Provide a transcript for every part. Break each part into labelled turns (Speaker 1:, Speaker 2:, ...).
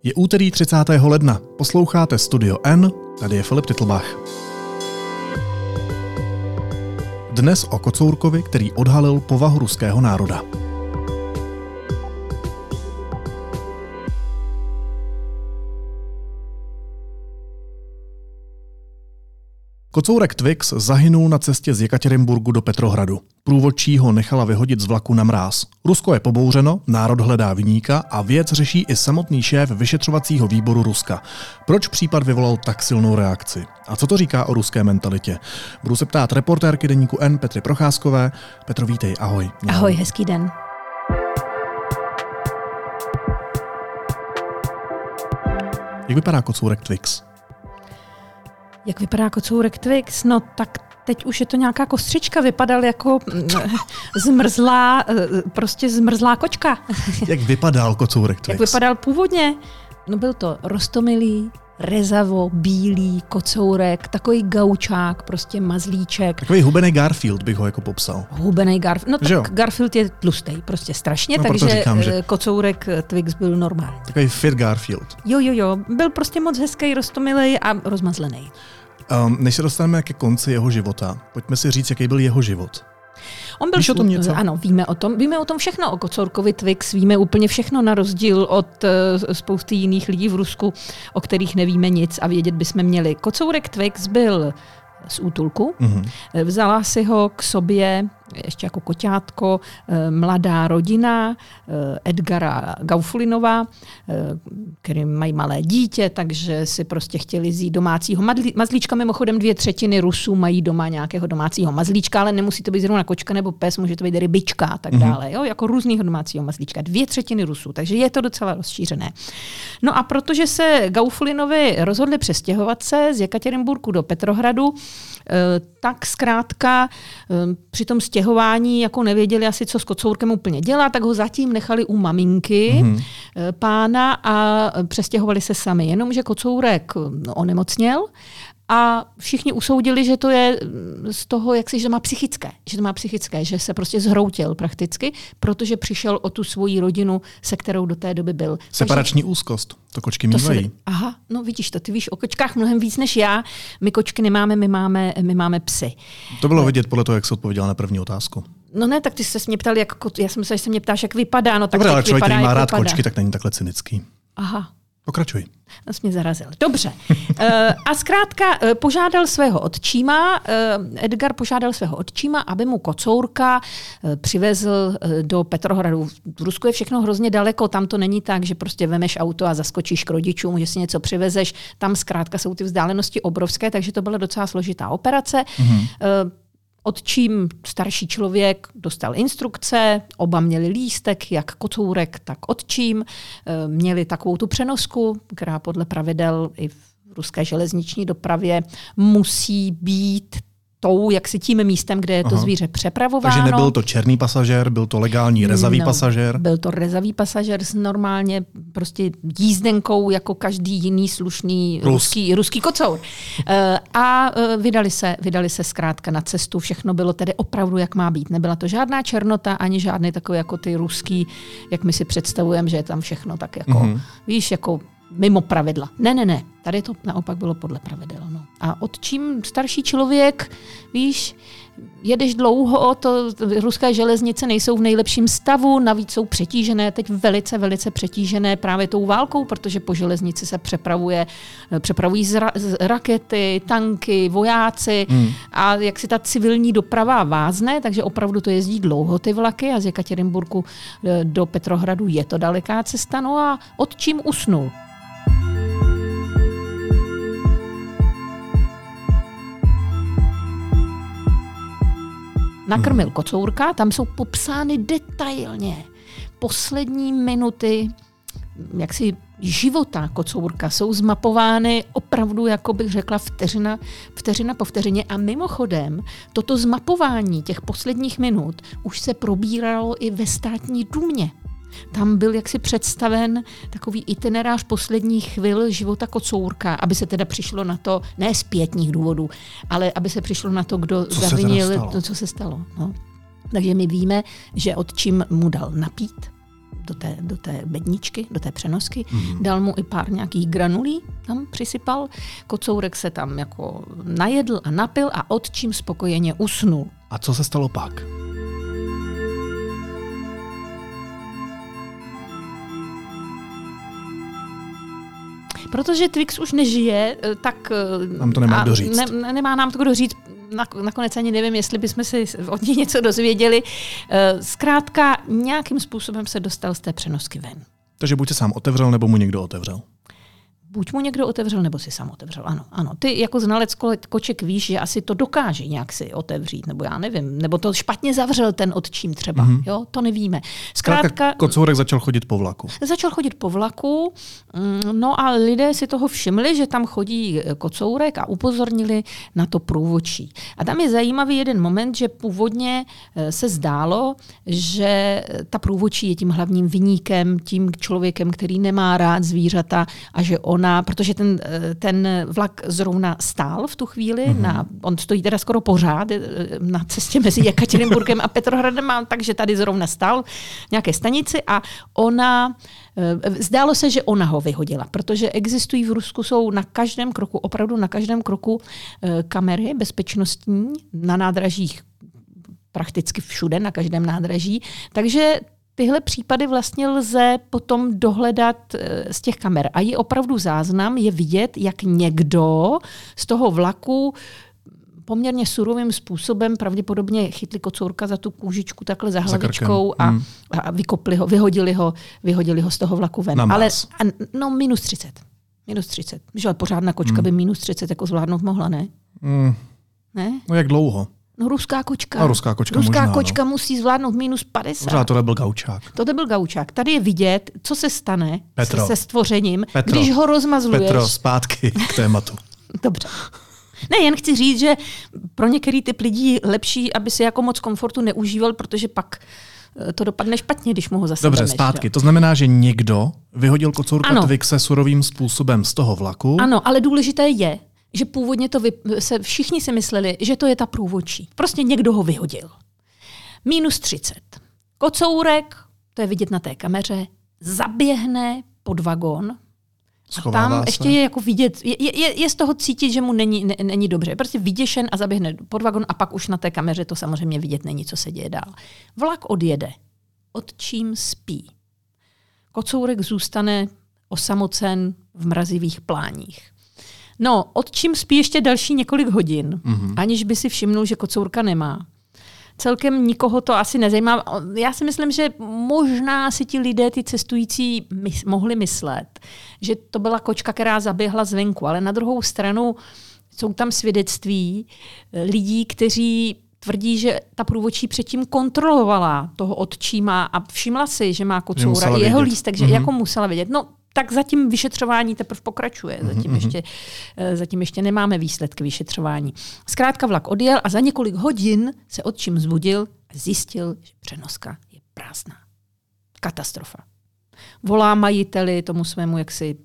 Speaker 1: Je úterý 30. ledna. Posloucháte Studio N, tady je Filip Titlbach. Dnes o Kocourkovi, který odhalil povahu ruského národa. Kocourek Twix zahynul na cestě z Jekatěrinburgu do Petrohradu. Průvodčí ho nechala vyhodit z vlaku na mráz. Rusko je pobouřeno, národ hledá viníka a věc řeší i samotný šéf vyšetřovacího výboru Ruska. Proč případ vyvolal tak silnou reakci? A co to říká o ruské mentalitě? Budu se ptát reportérky deníku N Petry Procházkové. Petro, vítej, ahoj.
Speaker 2: Ahoj, hezký den.
Speaker 1: Jak vypadá Kocourek Twix?
Speaker 2: Jak vypadá Kocourek Twix? No tak teď už je to nějaká kostřička, vypadal jako zmrzlá kočka.
Speaker 1: Jak vypadal Kocourek Twix?
Speaker 2: Jak vypadal původně? No byl to roztomilý, rezavo, bílý kocourek, takový gaučák, prostě mazlíček.
Speaker 1: Takový hubený Garfield bych ho jako popsal.
Speaker 2: Hubený Garfield, no tak Garfield je tlustej, prostě strašně, no, takže říkám, že Kocourek Twix byl normální.
Speaker 1: Takový fit Garfield.
Speaker 2: Jo, byl prostě moc hezký, roztomilej a rozmazlený.
Speaker 1: Než se dostaneme ke konci jeho života, pojďme si říct, jaký byl jeho život. Víš o tom něco?
Speaker 2: Ano, víme o tom všechno o Kocourkovi Twix, víme úplně všechno na rozdíl od spousty jiných lidí v Rusku, o kterých nevíme nic a vědět bychom měli. Kocourek Twix byl z útulku, vzala si ho k sobě ještě jako koťátko mladá rodina Edgara Gaufulinová, který mají malé dítě, takže si prostě chtěli vzít domácího mazlíčka. Mimochodem 2/3 Rusů mají doma nějakého domácího mazlíčka, ale nemusí to být zrovna kočka nebo pes, může to být rybička a tak dále. Jo? Jako různýho domácího mazlíčka. 2/3 Rusů, takže je to docela rozšířené. No a protože se Gaufulinovi rozhodli přestěhovat se z Jekatěrinburgu do Petrohradu, tak zkrátka při tom stěhování jako nevěděli asi, co s Kocourkem úplně dělat, tak ho zatím nechali u maminky pána a přestěhovali se sami. Jenomže Kocourek onemocněl a všichni usoudili, že to je z toho, že to má psychické, že se prostě zhroutil prakticky, protože přišel o tu svoji rodinu, se kterou do té doby byl.
Speaker 1: Separační úzkost, to kočky mývají.
Speaker 2: Aha, no vidíš to, ty víš o kočkách mnohem víc než já. My kočky nemáme, my máme psy.
Speaker 1: To bylo vidět podle toho, jak jsi odpověděla na první otázku.
Speaker 2: No ne, tak ty jsi se mě ptal, já jsem myslela, že se mě ptáš, jak vypadá. No tak
Speaker 1: dobré, ale člověk, který má rád
Speaker 2: vypadá.
Speaker 1: kočky, tak není takhle cynický.
Speaker 2: Aha.
Speaker 1: Pokračuj.
Speaker 2: To jsi mě zarazil. Dobře. A zkrátka požádal svého otčíma, Edgar požádal svého otčíma, aby mu Kocourka přivezl do Petrohradu. V Rusku je všechno hrozně daleko, tam to není tak, že prostě vemeš auto a zaskočíš k rodičům, že si něco přivezeš. Tam zkrátka jsou ty vzdálenosti obrovské, takže to byla docela složitá operace. Otčím starší člověk dostal instrukce, oba měli lístek, jak Kocourek, tak otčím. Měli takovou tu přenosku, která podle pravidel i v ruské železniční dopravě musí být tím místem, kde je to zvíře přepravováno.
Speaker 1: Takže nebyl to černý pasažér, byl to legální rezavý pasažér?
Speaker 2: Byl to rezavý pasažér s normálně prostě jízdenkou jako každý jiný slušný ruský kocour. A vydali se zkrátka na cestu. Všechno bylo tedy opravdu, jak má být. Nebyla to žádná černota, ani žádný takový jako ty ruský, jak my si představujeme, že je tam všechno tak jako, víš, jako mimo pravidla. Ne. Tady to naopak bylo podle pravidel. No. A odčím starší člověk, víš, jedeš dlouho, ruské železnice nejsou v nejlepším stavu, navíc jsou přetížené, teď velice přetížené právě tou válkou, protože po železnici se přepravují rakety, tanky, vojáci a jak si ta civilní doprava vázne, takže opravdu to jezdí dlouho ty vlaky a z Jekatěrinburgu do Petrohradu je to daleká cesta, no a odčím usnul. Nakrmil Kocourka, tam jsou popsány detailně poslední minuty jaksi života Kocourka, jsou zmapovány opravdu, jako bych řekla, vteřina po vteřině. A mimochodem, toto zmapování těch posledních minut už se probíralo i ve Státní dumě. Tam byl jaksi představen takový itinerář posledních chvil života Kocourka, aby se teda přišlo na to, ne z zpětních důvodů, ale aby se přišlo na to, kdo zavinil to, co se stalo. No. Takže my víme, že otčím mu dal napít, do té bedničky, do té přenosky, dal mu i pár nějakých granulí, tam přisypal, kocourek se tam jako najedl a napil a otčím spokojeně usnul.
Speaker 1: A co se stalo pak?
Speaker 2: Protože Twix už nežije, tak
Speaker 1: nám to nemá kdo říct.
Speaker 2: Nemá nám to kdo říct. Nakonec ani nevím, jestli bychom si od něj něco dozvěděli. Zkrátka nějakým způsobem se dostal z té přenosky ven.
Speaker 1: Takže buď se sám otevřel, nebo mu někdo otevřel.
Speaker 2: Buď mu někdo otevřel, nebo si sám otevřel. Ano. Ty jako znalec koček víš, že asi to dokáže nějak si otevřít, nebo já nevím. Nebo to špatně zavřel ten otčím třeba. Jo, to nevíme.
Speaker 1: Zkrátka kocourek začal chodit po vlaku.
Speaker 2: No a lidé si toho všimli, že tam chodí kocourek a upozornili na to průvodčí. A tam je zajímavý jeden moment, že původně se zdálo, že ta průvodčí je tím hlavním viníkem, tím člověkem, který nemá rád zvířata a že protože ten vlak zrovna stál v tu chvíli, on stojí teda skoro pořád na cestě mezi Jekatěrinburgem a Petrohradem, takže tady zrovna stál v nějaké stanici a zdálo se, že ona ho vyhodila, protože existují v Rusku, jsou na každém kroku, opravdu na každém kroku kamery bezpečnostní na nádražích prakticky všude, na každém nádraží, takže tyhle případy vlastně lze potom dohledat z těch kamer. A je opravdu záznam, je vidět, jak někdo z toho vlaku poměrně surovým způsobem pravděpodobně chytli kocourka za tu kůžičku takhle za hlavičkou a vykopli ho, vyhodili ho z toho vlaku ven. Ale minus 30. Že pořádná kočka by minus 30 jako zvládnout mohla, ne? Ne?
Speaker 1: No jak dlouho?
Speaker 2: No ruská kočka.
Speaker 1: A ruská kočka
Speaker 2: musí zvládnout minus 50.
Speaker 1: Možná to nebyl gaučák.
Speaker 2: To byl gaučák. Tady je vidět, co se stane se stvořením, když ho rozmazluješ.
Speaker 1: Petro, zpátky k tématu.
Speaker 2: Dobře. Ne, jen chci říct, že pro některý typ lidí lepší, aby si jako moc komfortu neužíval, protože pak to dopadne špatně, když mu ho zase
Speaker 1: Dobře,
Speaker 2: jdemeš,
Speaker 1: zpátky.
Speaker 2: Jo.
Speaker 1: To znamená, že někdo vyhodil kocourka Twixe surovým způsobem z toho vlaku.
Speaker 2: Ano, ale důležité je, že původně všichni si mysleli, že to je ta průvodčí. Prostě někdo ho vyhodil. Minus 30. Kocourek, to je vidět na té kameře, zaběhne pod vagon.
Speaker 1: Schovává
Speaker 2: a tam
Speaker 1: se.
Speaker 2: ještě je jako vidět, je z toho cítit, že mu není dobře. Je prostě vyděšen a zaběhne pod vagon a pak už na té kameře to samozřejmě vidět není, co se děje dál. Vlak odjede. Otčím spí. Kocourek zůstane osamocen v mrazivých pláních. No, otčím spí ještě další několik hodin, aniž by si všimnul, že kocourka nemá. Celkem nikoho to asi nezajímá. Já si myslím, že možná si ti lidé, ty cestující, mohli myslet, že to byla kočka, která zaběhla zvenku, ale na druhou stranu jsou tam svědectví lidí, kteří tvrdí, že ta průvodčí předtím kontrolovala toho otčíma a všimla si, že má kocoura i jeho lístek, že jako musela vědět. No, tak zatím vyšetřování teprve pokračuje. Zatím ještě nemáme výsledky vyšetřování. Zkrátka vlak odjel a za několik hodin se otčím zbudil a zjistil, že přenoska je prázdná. Katastrofa. Volá majiteli, tomu svému jaksi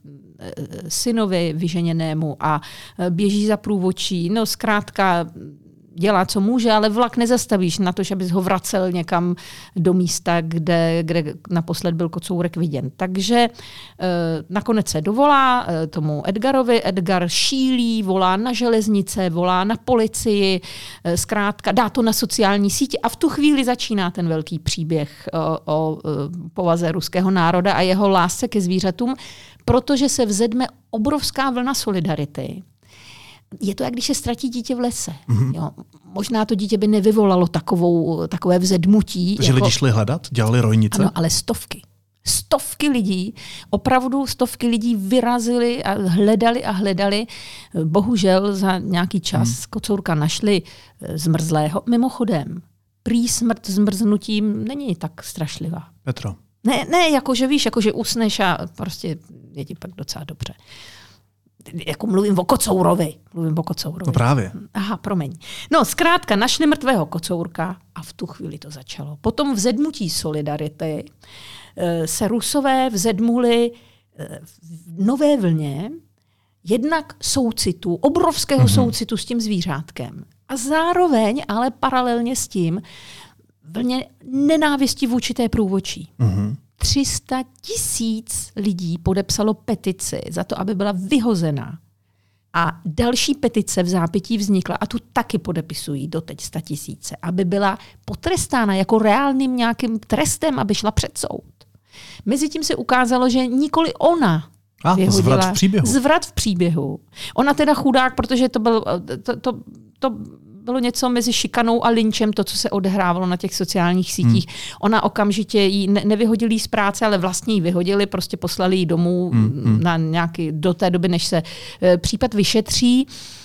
Speaker 2: synovi vyženěnému a běží za průvodčí. No zkrátka dělá, co může, ale vlak nezastavíš na to, že abys ho vracel někam do místa, kde naposled byl kocourek viděn. Takže nakonec se dovolá tomu Edgarovi. Edgar šílí, volá na železnice, volá na policii, zkrátka dá to na sociální sítě a v tu chvíli začíná ten velký příběh o povaze ruského národa a jeho lásce ke zvířatům, protože se vzedme obrovská vlna solidarity. Je to, jak když se ztratí dítě v lese. Jo. Možná to dítě by nevyvolalo takové vzedmutí.
Speaker 1: Takže lidi šli hledat? Dělali rojnice?
Speaker 2: Ano, ale stovky lidí, opravdu stovky lidí vyrazili a hledali. Bohužel za nějaký čas kocourka našli zmrzlého. Mimochodem, prý smrt zmrznutím není tak strašlivá.
Speaker 1: Petro.
Speaker 2: Ne, jakože víš, jakože usneš a prostě je ti pak docela dobře. Jako mluvím o kocourovi.
Speaker 1: No právě.
Speaker 2: Aha, promiň. No, zkrátka našli mrtvého kocourka a v tu chvíli to začalo. Potom vzedmutí solidarity se Rusové vzedmuli v nové vlně jednak soucitu, obrovského soucitu s tím zvířátkem. A zároveň, ale paralelně s tím, vlně nenávisti vůči té průvodčí. 300 000 lidí podepsalo petici za to, aby byla vyhozená. A další petice v zápětí vznikla, a tu taky podepisují doteď 100 000, aby byla potrestána jako reálným nějakým trestem, aby šla před soud. Mezitím se ukázalo, že nikoli ona vyhodila. Zvrat v příběhu. Ona teda chudák, protože to bylo něco mezi šikanou a lynčem, to, co se odehrávalo na těch sociálních sítích. Ona okamžitě jí nevyhodili z práce, ale vlastně ji vyhodili, prostě poslali ji domů na nějaký, do té doby, než se případ vyšetří.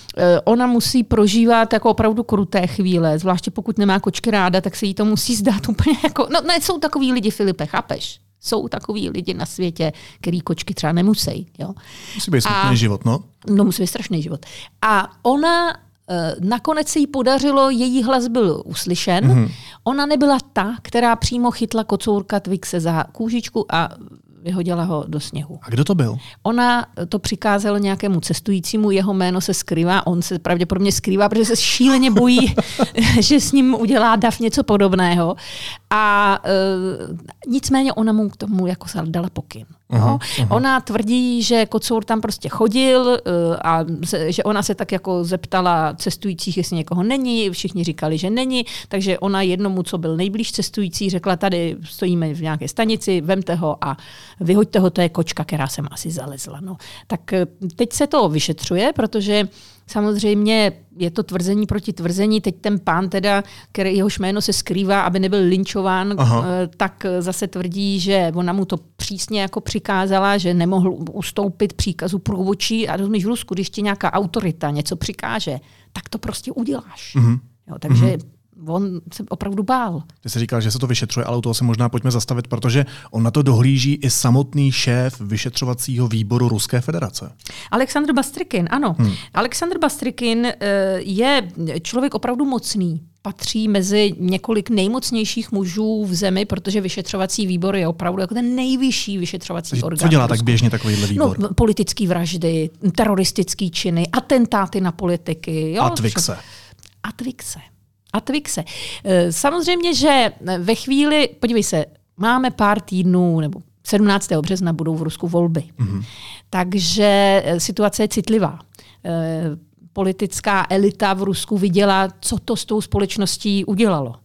Speaker 2: Ona musí prožívat jako opravdu kruté chvíle, zvláště pokud nemá kočky ráda, tak se jí to musí zdát úplně jako, no ne, jsou takový lidi, Filipe, chápeš? Jsou takový lidi na světě, který kočky třeba nemusí. Jo?
Speaker 1: Musí být smutný život, no?
Speaker 2: No, musí být strašný život. A ona nakonec se jí podařilo, její hlas byl uslyšen. Ona nebyla ta, která přímo chytla kocourka Twixe za kůžičku a vyhodila ho do sněhu.
Speaker 1: A kdo to byl?
Speaker 2: Ona to přikázala nějakému cestujícímu, jeho jméno se skrývá, on se pravděpodobně skrývá, protože se šíleně bojí, že s ním udělá dav něco podobného. A nicméně ona mu k tomu jako dala pokyn. Ona tvrdí, že kocour tam prostě chodil a že ona se tak jako zeptala cestujících, jestli někoho není, všichni říkali, že není, takže ona jednomu, co byl nejblíž cestující, řekla, tady stojíme v nějaké stanici, vemte ho a vyhoďte ho, to je kočka, která sem asi zalezla. No. Tak teď se to vyšetřuje, protože samozřejmě je to tvrzení proti tvrzení. Teď ten pán, teda, jehož jméno se skrývá, aby nebyl lynčován, tak zase tvrdí, že ona mu to přísně jako přikázala, že nemohl ustoupit příkazu průvodčí. A rozumíš, v Rusku, když ti nějaká autorita něco přikáže, tak to prostě uděláš. Jo, takže on se opravdu bál.
Speaker 1: Ty jsi říkal, že se to vyšetřuje, ale u toho se možná pojďme zastavit, protože on na to dohlíží i samotný šéf vyšetřovacího výboru Ruské federace.
Speaker 2: Aleksandr Bastrykin, ano. Aleksandr Bastrykin je člověk opravdu mocný. Patří mezi několik nejmocnějších mužů v zemi, protože vyšetřovací výbor je opravdu jako ten nejvyšší vyšetřovací orgán.
Speaker 1: Co dělá tak běžně takovýhle výbor?
Speaker 2: No, politické vraždy, teroristické činy, atentáty na politiky. Jo? A Twixe. Samozřejmě, že ve chvíli, podívej se, máme pár týdnů, nebo 17. března budou v Rusku volby. Takže situace je citlivá. Politická elita v Rusku viděla, co to s tou společností udělalo.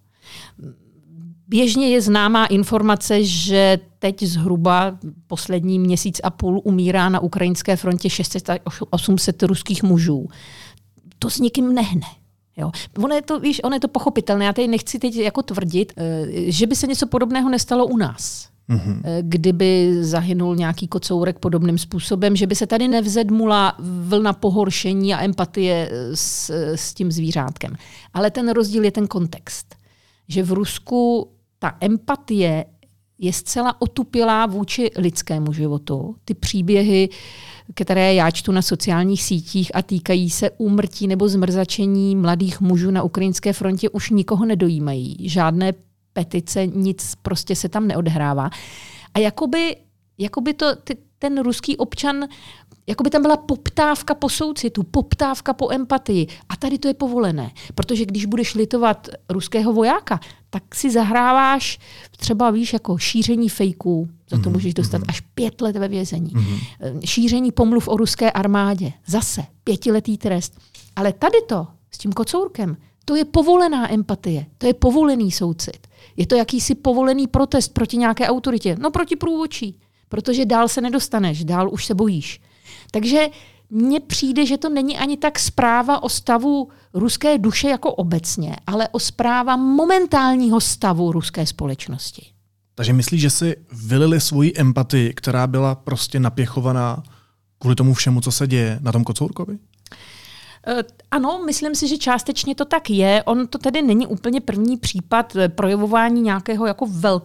Speaker 2: Běžně je známá informace, že teď zhruba poslední měsíc a půl umírá na ukrajinské frontě 600 až 800 ruských mužů. To s nikým nehne. Jo. Ono je to pochopitelné. Já tady nechci teď jako tvrdit, že by se něco podobného nestalo u nás. Kdyby zahynul nějaký kocourek podobným způsobem, že by se tady nevzedmula vlna pohoršení a empatie s tím zvířátkem. Ale ten rozdíl je ten kontext. Že v Rusku ta empatie je zcela otupělá vůči lidskému životu. Ty příběhy, které já čtu na sociálních sítích a týkají se úmrtí nebo zmrzačení mladých mužů na ukrajinské frontě, už nikoho nedojímají. Žádné petice, nic prostě se tam neodhrává. A jakoby ten ruský občan, jakoby tam byla poptávka po soucitu, poptávka po empatii. A tady to je povolené. Protože když budeš litovat ruského vojáka, tak si zahráváš třeba, víš, jako šíření fejků. Za to můžeš dostat až 5 let ve vězení. Šíření pomluv o ruské armádě. Zase 5letý trest. Ale tady to s tím kocourkem, to je povolená empatie. To je povolený soucit. Je to jakýsi povolený protest proti nějaké autoritě. No proti průvodčí. Protože dál se nedostaneš, dál už se bojíš. Takže mně přijde, že to není ani tak zpráva o stavu ruské duše jako obecně, ale o zpráva momentálního stavu ruské společnosti.
Speaker 1: Takže myslíš, že si vylili svoji empatii, která byla prostě napěchovaná kvůli tomu všemu, co se děje na tom kocourkovi?
Speaker 2: Ano, myslím si, že částečně to tak je. On to tedy není úplně první případ projevování nějakého jako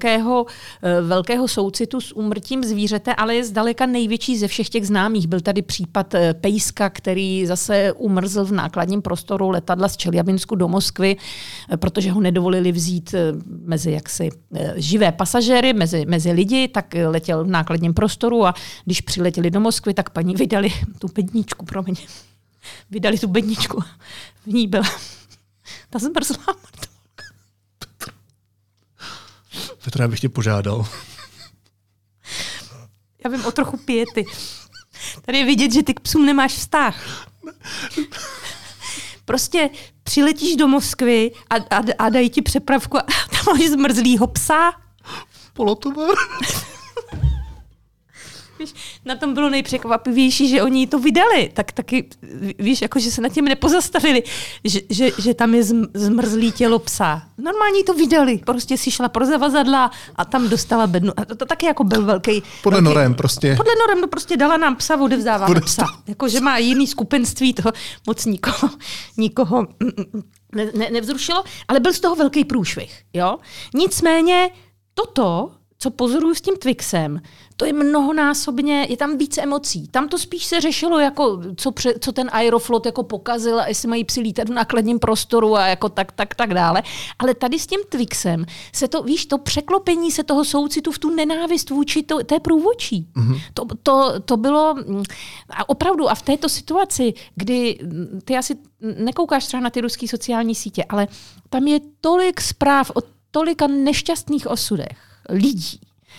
Speaker 2: velkého soucitu s úmrtím zvířete, ale je zdaleka největší ze všech těch známých. Byl tady případ pejska, který zase umrzl v nákladním prostoru letadla z Čeljabinsku do Moskvy, protože ho nedovolili vzít mezi jaksi živé pasažéry, mezi lidi, tak letěl v nákladním prostoru a když přiletěli do Moskvy, tak paní vydali tu bedničku, vydali tu bedničku. V ní byla ta zmrzlá mrtvolka.
Speaker 1: Petra, já bych tě požádal,
Speaker 3: Já vím o trochu piety. Tady je vidět, že ty k psům nemáš vztah. Prostě přiletíš do Moskvy a dají ti přepravku a tam máš zmrzlýho psa.
Speaker 1: Polotovar.
Speaker 3: Víš, na tom bylo nejpřekvapivější, že oni to vydali. Tak taky, víš, jako, že se nad tím nepozastavili, že tam je zmrzlý tělo psa. Normálně to vydali. Prostě si šla pro zavazadla a tam dostala bednu. A to taky jako byl velký...
Speaker 1: Podle norem prostě.
Speaker 3: Podle norem, no prostě dala nám psa, odevzdáváme psa. Jako, že má jiný skupenství, toho moc nikoho nevzrušilo, ale byl z toho velký průšvih. Jo? Nicméně toto, co pozoruju s tím Twixem, to je mnohonásobně, je tam více emocí. Tam to spíš se řešilo, jako, co ten Aeroflot jako pokazil a jestli mají psi lítat v nákladním prostoru a jako tak dále. Ale tady s tím Twixem se to, víš, to překlopení se toho soucitu v tu nenávist vůči té průvodčí. Mm-hmm. To bylo a opravdu a v této situaci, kdy ty asi nekoukáš třeba na ty ruské sociální sítě, ale tam je tolik zpráv o tolika nešťastných osudech lidí.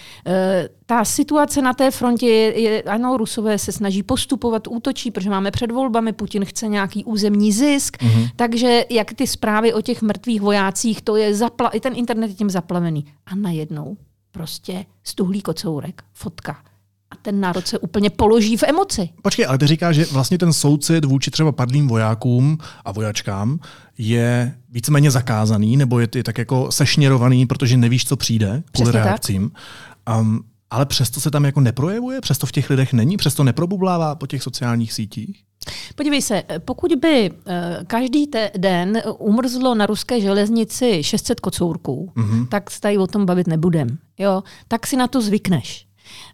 Speaker 3: Ta situace na té frontě je, ano, Rusové se snaží postupovat, útočí, protože máme před volbami, Putin chce nějaký územní zisk, takže jak ty zprávy o těch mrtvých vojácích, to je i ten internet je tím zaplavený. A najednou prostě stuhlý kocourek, fotka. A ten národ se úplně položí v emoci.
Speaker 1: Počkej, ale ty říkáš, že vlastně ten soucit vůči třeba padlým vojákům a vojačkám je víceméně zakázaný, nebo je tak jako sešněrovaný, protože nevíš, co přijde kvůli reakcím. Ale přesto se tam jako neprojevuje, přesto v těch lidech není, přesto neprobublává po těch sociálních sítích?
Speaker 2: Podívej se, pokud by každý den umrzlo na ruské železnici 600 kocourků, tak se tady o tom bavit nebudem. Jo? Tak si na to zvykneš.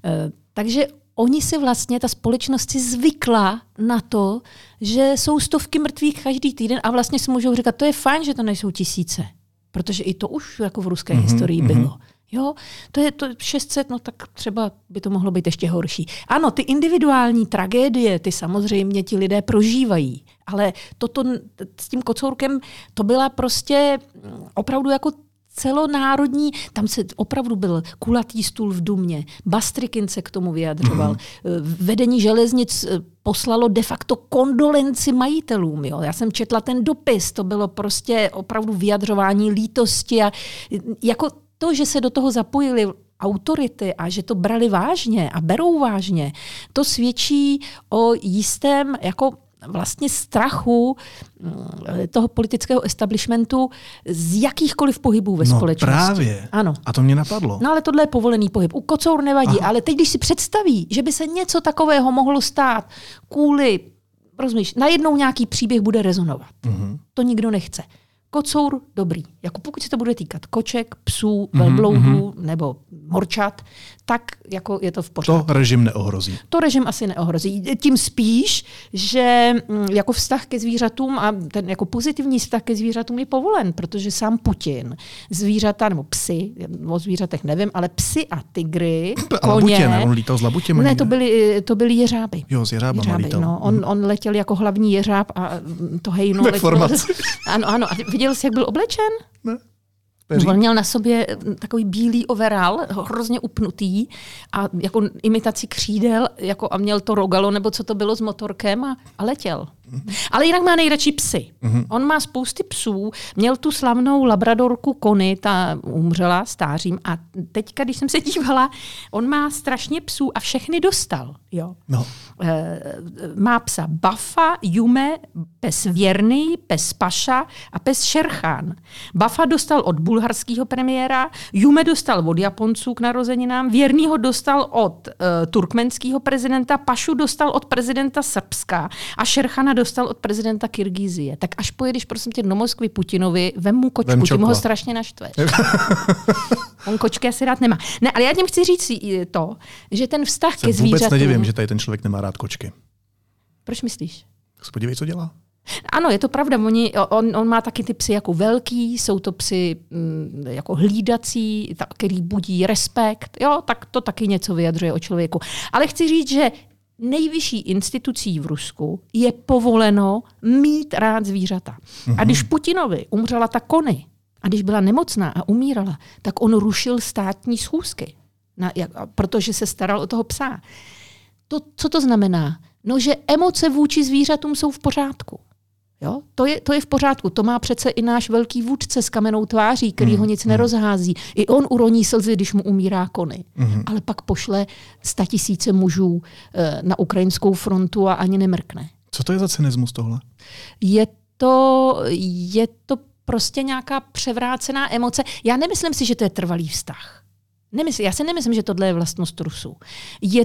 Speaker 2: Takže oni si vlastně, ta společnost si zvykla na to, že jsou stovky mrtvých každý týden a vlastně si můžou říkat, to je fajn, že to nejsou tisíce. Protože i to už jako v ruské historii bylo. Jo, to je 600, no tak třeba by to mohlo být ještě horší. Ano, ty individuální tragédie, ty samozřejmě ti lidé prožívají, ale toto s tím kocourkem, to byla prostě opravdu jako celonárodní, tam se opravdu byl kulatý stůl v Dumě, Bastrikin se k tomu vyjadřoval, vedení železnic poslalo de facto kondolenci majitelům. Jo. Já jsem četla ten dopis, to bylo prostě opravdu vyjadřování lítosti a jako to, že se do toho zapojili autority a že to brali vážně a berou vážně, to svědčí o jistém jako vlastně strachu toho politického establishmentu z jakýchkoliv pohybů ve společnosti.
Speaker 1: Právě.
Speaker 2: Ano.
Speaker 1: A to mě napadlo.
Speaker 2: No ale tohle je povolený pohyb. U kocour nevadí, ale teď, když si představí, že by se něco takového mohlo stát kvůli, rozumíš, najednou nějaký příběh bude rezonovat. To nikdo nechce. Kocour dobrý. Jako pokud se to bude týkat koček, psů, velbloudů nebo morčat, tak jako je to v pořádku.
Speaker 1: To režim neohrozí.
Speaker 2: To režim asi neohrozí. Tím spíš, že jako vztah ke zvířatům a ten jako pozitivní vztah ke zvířatům je povolen, protože sám Putin zvířata, nebo psy, o zvířatech nevím, ale psy a tygry,
Speaker 1: koně. On lítal s labutěmi.
Speaker 2: Ne, to byly jeřáby.
Speaker 1: Jo, s jeřábama lítal.
Speaker 2: No. On letěl jako hlavní jeřáb a to hejno letělo. Ano. A viděl jsi, jak byl oblečen?
Speaker 1: Ne.
Speaker 2: On měl na sobě takový bílý overall, hrozně upnutý a jako imitaci křídel jako a měl to rogalo, nebo co to bylo s motorkem a letěl. Ale jinak má nejradši psy. On má spousty psů, měl tu slavnou labradorku Connie, ta umřela stářím a teďka, když jsem se dívala, on má strašně psů a všechny dostal. Jo.
Speaker 1: No.
Speaker 2: Má psa Buffa, Jume, pes Věrný, pes Paša a pes Šerchán. Buffa dostal od bulharského premiéra, Jume dostal od Japonců k narozeninám, Věrnýho dostal od turkmenského prezidenta, Pašu dostal od prezidenta Srbska a Šerchana dostal od prezidenta Kyrgyzie. Tak až pojedeš, prosím tě, do Moskvy Putinovi, vem mu kočku, ty mu ho strašně naštveš. On kočky asi rád nemá. Ne, ale já tím chci říct to, že ten vztah ke zvířatům...
Speaker 1: Vůbec nedivím, že tady ten člověk nemá rád kočky.
Speaker 2: Proč myslíš?
Speaker 1: Podívej, co dělá.
Speaker 2: Ano, je to pravda. On má taky ty psy jako velký, jsou to psy jako hlídací, který budí respekt. Jo, tak to taky něco vyjadřuje o člověku. Ale chci říct, že nejvyšší institucí v Rusku je povoleno mít rád zvířata. A když Putinovi umřela ta Connie, a když byla nemocná a umírala, tak on rušil státní schůzky. protože se staral o toho psa. Co to znamená? No, že emoce vůči zvířatům jsou v pořádku. Jo? To je v pořádku. To má přece i náš velký vůdce s kamennou tváří, který ho nic nerozhází. I on uroní slzy, když mu umírá Kony. Ale pak pošle 100 000 mužů na ukrajinskou frontu a ani nemrkne.
Speaker 1: Co to je za cynismus tohle?
Speaker 2: Je to prostě nějaká převrácená emoce. Já nemyslím si, že to je trvalý vztah. Já si nemyslím, že tohle je vlastnost Rusů. Je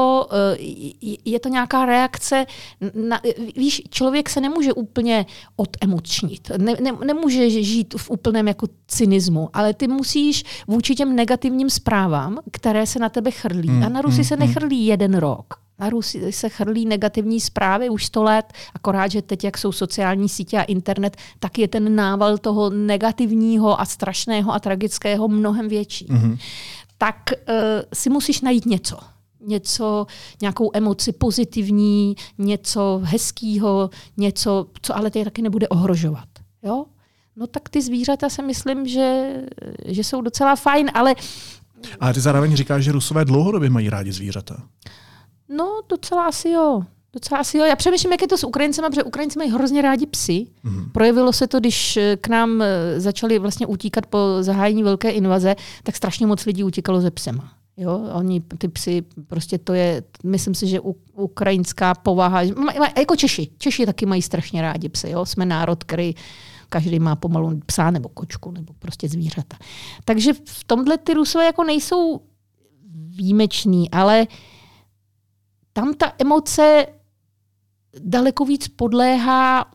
Speaker 2: to nějaká reakce víš, člověk se nemůže úplně odemočnit. Nemůže žít v úplném jako cynismu, ale ty musíš vůči těm negativním zprávám, které se na tebe chrlí. A na Rusy se nechrlí 1 rok. Na Rusy se chrlí negativní zprávy už 100 let, akorát, že teď, jak jsou sociální sítě a internet, tak je ten nával toho negativního a strašného a tragického mnohem větší. Tak si musíš najít nějakou emoci pozitivní, něco hezkýho, něco, co ale tě taky nebude ohrožovat. Jo? No tak ty zvířata si myslím, že jsou docela fajn, ale...
Speaker 1: Ale ty zároveň říkáš, že Rusové dlouhodobě mají rádi zvířata.
Speaker 2: No, docela asi jo. Já přemýšlím, jak je to s Ukrajincema, protože Ukrajinci mají hrozně rádi psy. Projevilo se to, když k nám začali vlastně utíkat po zahájení velké invaze, tak strašně moc lidí utíkalo ze psema. Jo? Oni, ty psy, prostě to je, myslím si, že ukrajinská povaha, jako Češi taky mají strašně rádi psy. Jo? Jsme národ, který každý má pomalu psa nebo kočku, nebo prostě zvířata. Takže v tomhle ty Rusové jako nejsou výjimeční, ale tam ta emoce daleko víc podléhá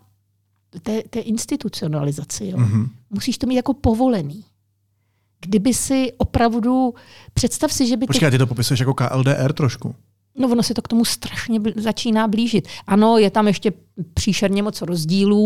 Speaker 2: té institucionalizaci. Jo? Musíš to mít jako povolený. Kdyby si opravdu... Představ si, že by...
Speaker 1: Počkej, ty to popisuješ jako KLDR trošku.
Speaker 2: No ono se to k tomu strašně začíná blížit. Ano, je tam ještě příšerně moc rozdílů.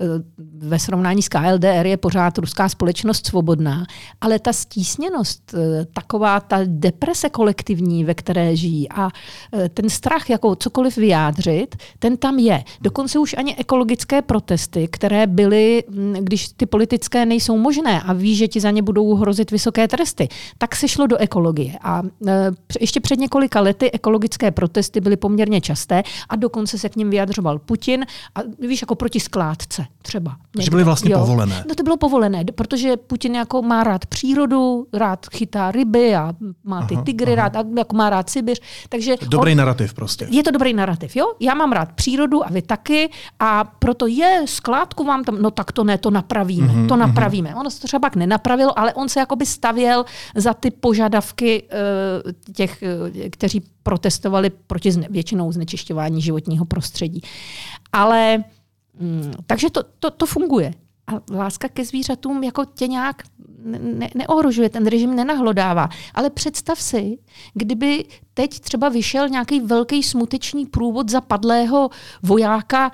Speaker 2: Ve srovnání s KLDR je pořád ruská společnost svobodná, ale ta stísněnost, taková ta deprese kolektivní, ve které žijí a ten strach jako cokoliv vyjádřit, ten tam je. Dokonce už ani ekologické protesty, které byly, když ty politické nejsou možné a ví, že ti za ně budou hrozit vysoké tresty, tak se šlo do ekologie. A ještě před několika lety ekologické protesty byly poměrně časté a dokonce se k nim vyjadřoval Putin. A víš, jako proti skládce třeba.
Speaker 1: Takže byly vlastně povolené.
Speaker 2: No to bylo povolené, protože Putin jako má rád přírodu, rád chytá ryby a má ty tygry rád, a jako má rád Sibiř. Takže
Speaker 1: dobrý narrativ prostě.
Speaker 2: Je to dobrý narrativ, jo? Já mám rád přírodu a vy taky a proto skládku vám tam, no tak to ne, to napravíme. Ono se to třeba pak nenapravilo, ale on se jakoby stavěl za ty požadavky těch, kteří protestovali proti většinou znečišťování životního prostředí. Ale takže to funguje. A láska ke zvířatům jako tě nějak neohrožuje, ten režim nenahlodává. Ale představ si, kdyby teď třeba vyšel nějaký velký smuteční průvod zapadlého vojáka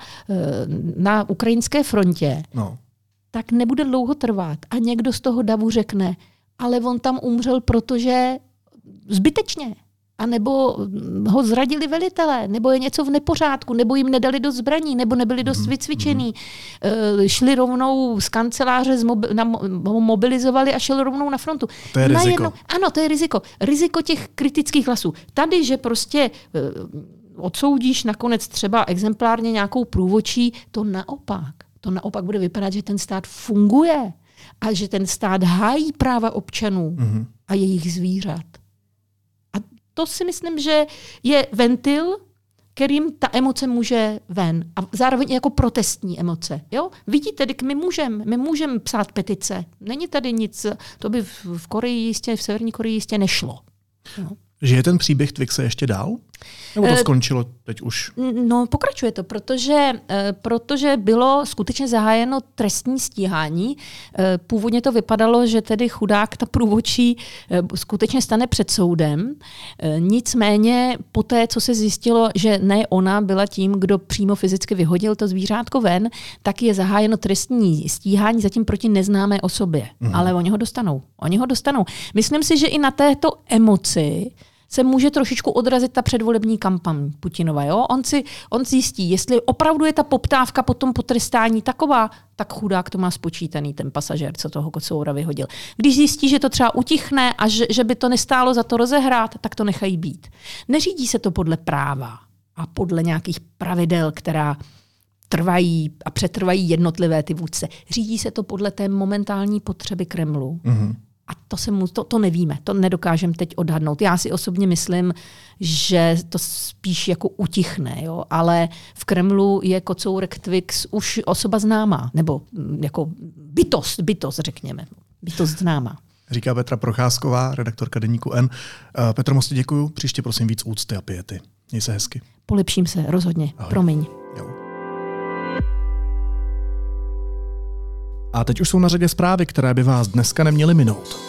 Speaker 2: na ukrajinské frontě, tak nebude dlouho trvat. A někdo z toho davu řekne, ale on tam umřel, protože zbytečně. A nebo ho zradili velitelé, nebo je něco v nepořádku, nebo jim nedali dost zbraní, nebo nebyli dost vycvičení. Šli rovnou z kanceláře, ho mobilizovali a šel rovnou na frontu.
Speaker 1: To je riziko.
Speaker 2: Ano, to je riziko. Riziko těch kritických hlasů. Tady, že prostě odsoudíš nakonec třeba exemplárně nějakou průvodčí, to naopak bude vypadat, že ten stát funguje a že ten stát hájí práva občanů a jejich zvířat. To si myslím, že je ventil, kterým ta emoce může ven. A zároveň jako protestní emoce. Jo? Vidíte, my můžeme psát petice. Není tady nic, to by v Severní Koreji jistě nešlo. Jo?
Speaker 1: Žije ten příběh Twixe ještě dál? Nebo to skončilo teď už?
Speaker 2: No, pokračuje to, protože bylo skutečně zahájeno trestní stíhání. Původně to vypadalo, že tedy chudák, ta průvodčí, skutečně stane před soudem. Nicméně poté, co se zjistilo, že ne ona byla tím, kdo přímo fyzicky vyhodil to zvířátko ven, tak je zahájeno trestní stíhání zatím proti neznámé osobě. Ale oni ho dostanou. Myslím si, že i na této emoci se může trošičku odrazit ta předvolební kampaň Putinova. Jo? On zjistí, jestli opravdu je ta poptávka po tom potrestání taková, tak chudák to má spočítaný ten pasažér, co toho Kocoura vyhodil. Když zjistí, že to třeba utichne a že by to nestálo za to rozehrát, tak to nechají být. Neřídí se to podle práva a podle nějakých pravidel, která trvají a přetrvají jednotlivé ty vůdce. Řídí se to podle té momentální potřeby Kremlu. Mm-hmm. A to nevíme, to nedokážeme teď odhadnout. Já si osobně myslím, že to spíš jako utichne, jo? Ale v Kremlu je Kocourek Twix už osoba známá, nebo jako bytost řekněme. Bytost známá.
Speaker 1: Říká Petra Procházková, redaktorka deníku N. Petro, moc ti děkuju, příště prosím víc úcty a piety. Měj se hezky.
Speaker 2: Polepším se, rozhodně. Ahoj. Promiň.
Speaker 1: Jo. A teď už jsou na řadě zprávy, které by vás dneska neměly minout.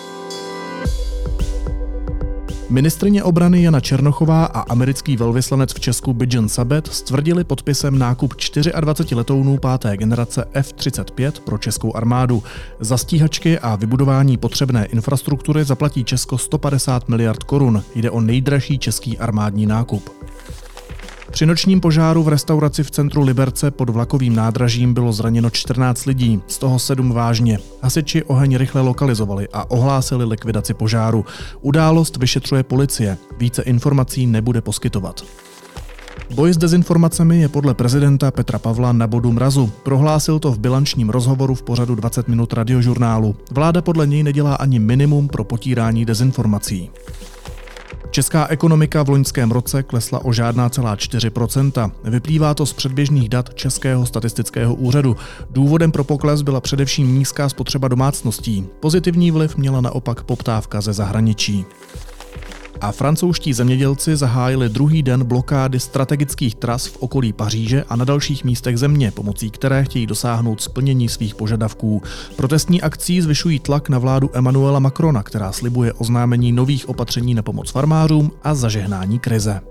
Speaker 1: Ministryně obrany Jana Černochová a americký velvyslanec v Česku Bijan Sabet stvrdili podpisem nákup 24 letounů 5. generace F-35 pro českou armádu. Za stíhačky a vybudování potřebné infrastruktury zaplatí Česko 150 miliard korun. Jde o nejdražší český armádní nákup. Při nočním požáru v restauraci v centru Liberce pod vlakovým nádražím bylo zraněno 14 lidí, z toho 7 vážně. Hasiči oheň rychle lokalizovali a ohlásili likvidaci požáru. Událost vyšetřuje policie. Více informací nebude poskytovat. Boj s dezinformacemi je podle prezidenta Petra Pavla na bodu mrazu. Prohlásil to v bilančním rozhovoru v pořadu 20 minut Radiožurnálu. Vláda podle něj nedělá ani minimum pro potírání dezinformací. Česká ekonomika v loňském roce klesla o žádná celá 4%. Vyplývá to z předběžných dat Českého statistického úřadu. Důvodem pro pokles byla především nízká spotřeba domácností. Pozitivní vliv měla naopak poptávka ze zahraničí. A francouzští zemědělci zahájili druhý den blokády strategických tras v okolí Paříže a na dalších místech země, pomocí které chtějí dosáhnout splnění svých požadavků. Protestní akcí zvyšují tlak na vládu Emmanuela Macrona, která slibuje oznámení nových opatření na pomoc farmářům a zažehnání krize.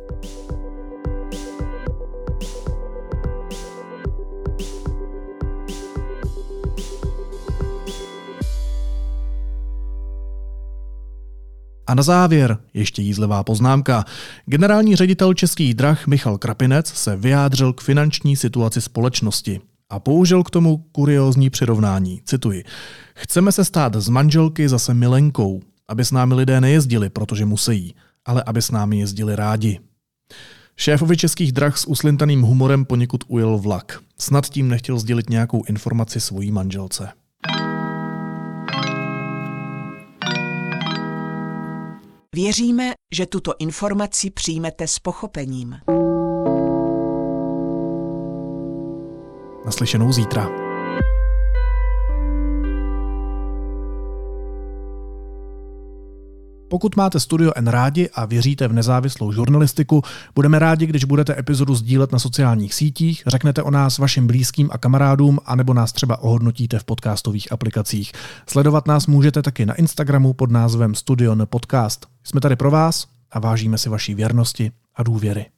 Speaker 1: A na závěr ještě jízlivá poznámka. Generální ředitel Českých drah Michal Krapinec se vyjádřil k finanční situaci společnosti a použil k tomu kuriózní přirovnání. Cituji. Chceme se stát z manželky zase milenkou, aby s námi lidé nejezdili, protože musí, ale aby s námi jezdili rádi. Šéfovi Českých drah s uslintaným humorem poněkud ujel vlak. Snad tím nechtěl sdělit nějakou informaci svojí manželce.
Speaker 4: Věříme, že tuto informaci přijmete s pochopením.
Speaker 1: Naslyšenou zítra. Pokud máte Studio N rádi a věříte v nezávislou žurnalistiku, budeme rádi, když budete epizodu sdílet na sociálních sítích, řeknete o nás vašim blízkým a kamarádům, anebo nás třeba ohodnotíte v podcastových aplikacích. Sledovat nás můžete taky na Instagramu pod názvem Studio N Podcast. Jsme tady pro vás a vážíme si vaší věrnosti a důvěry.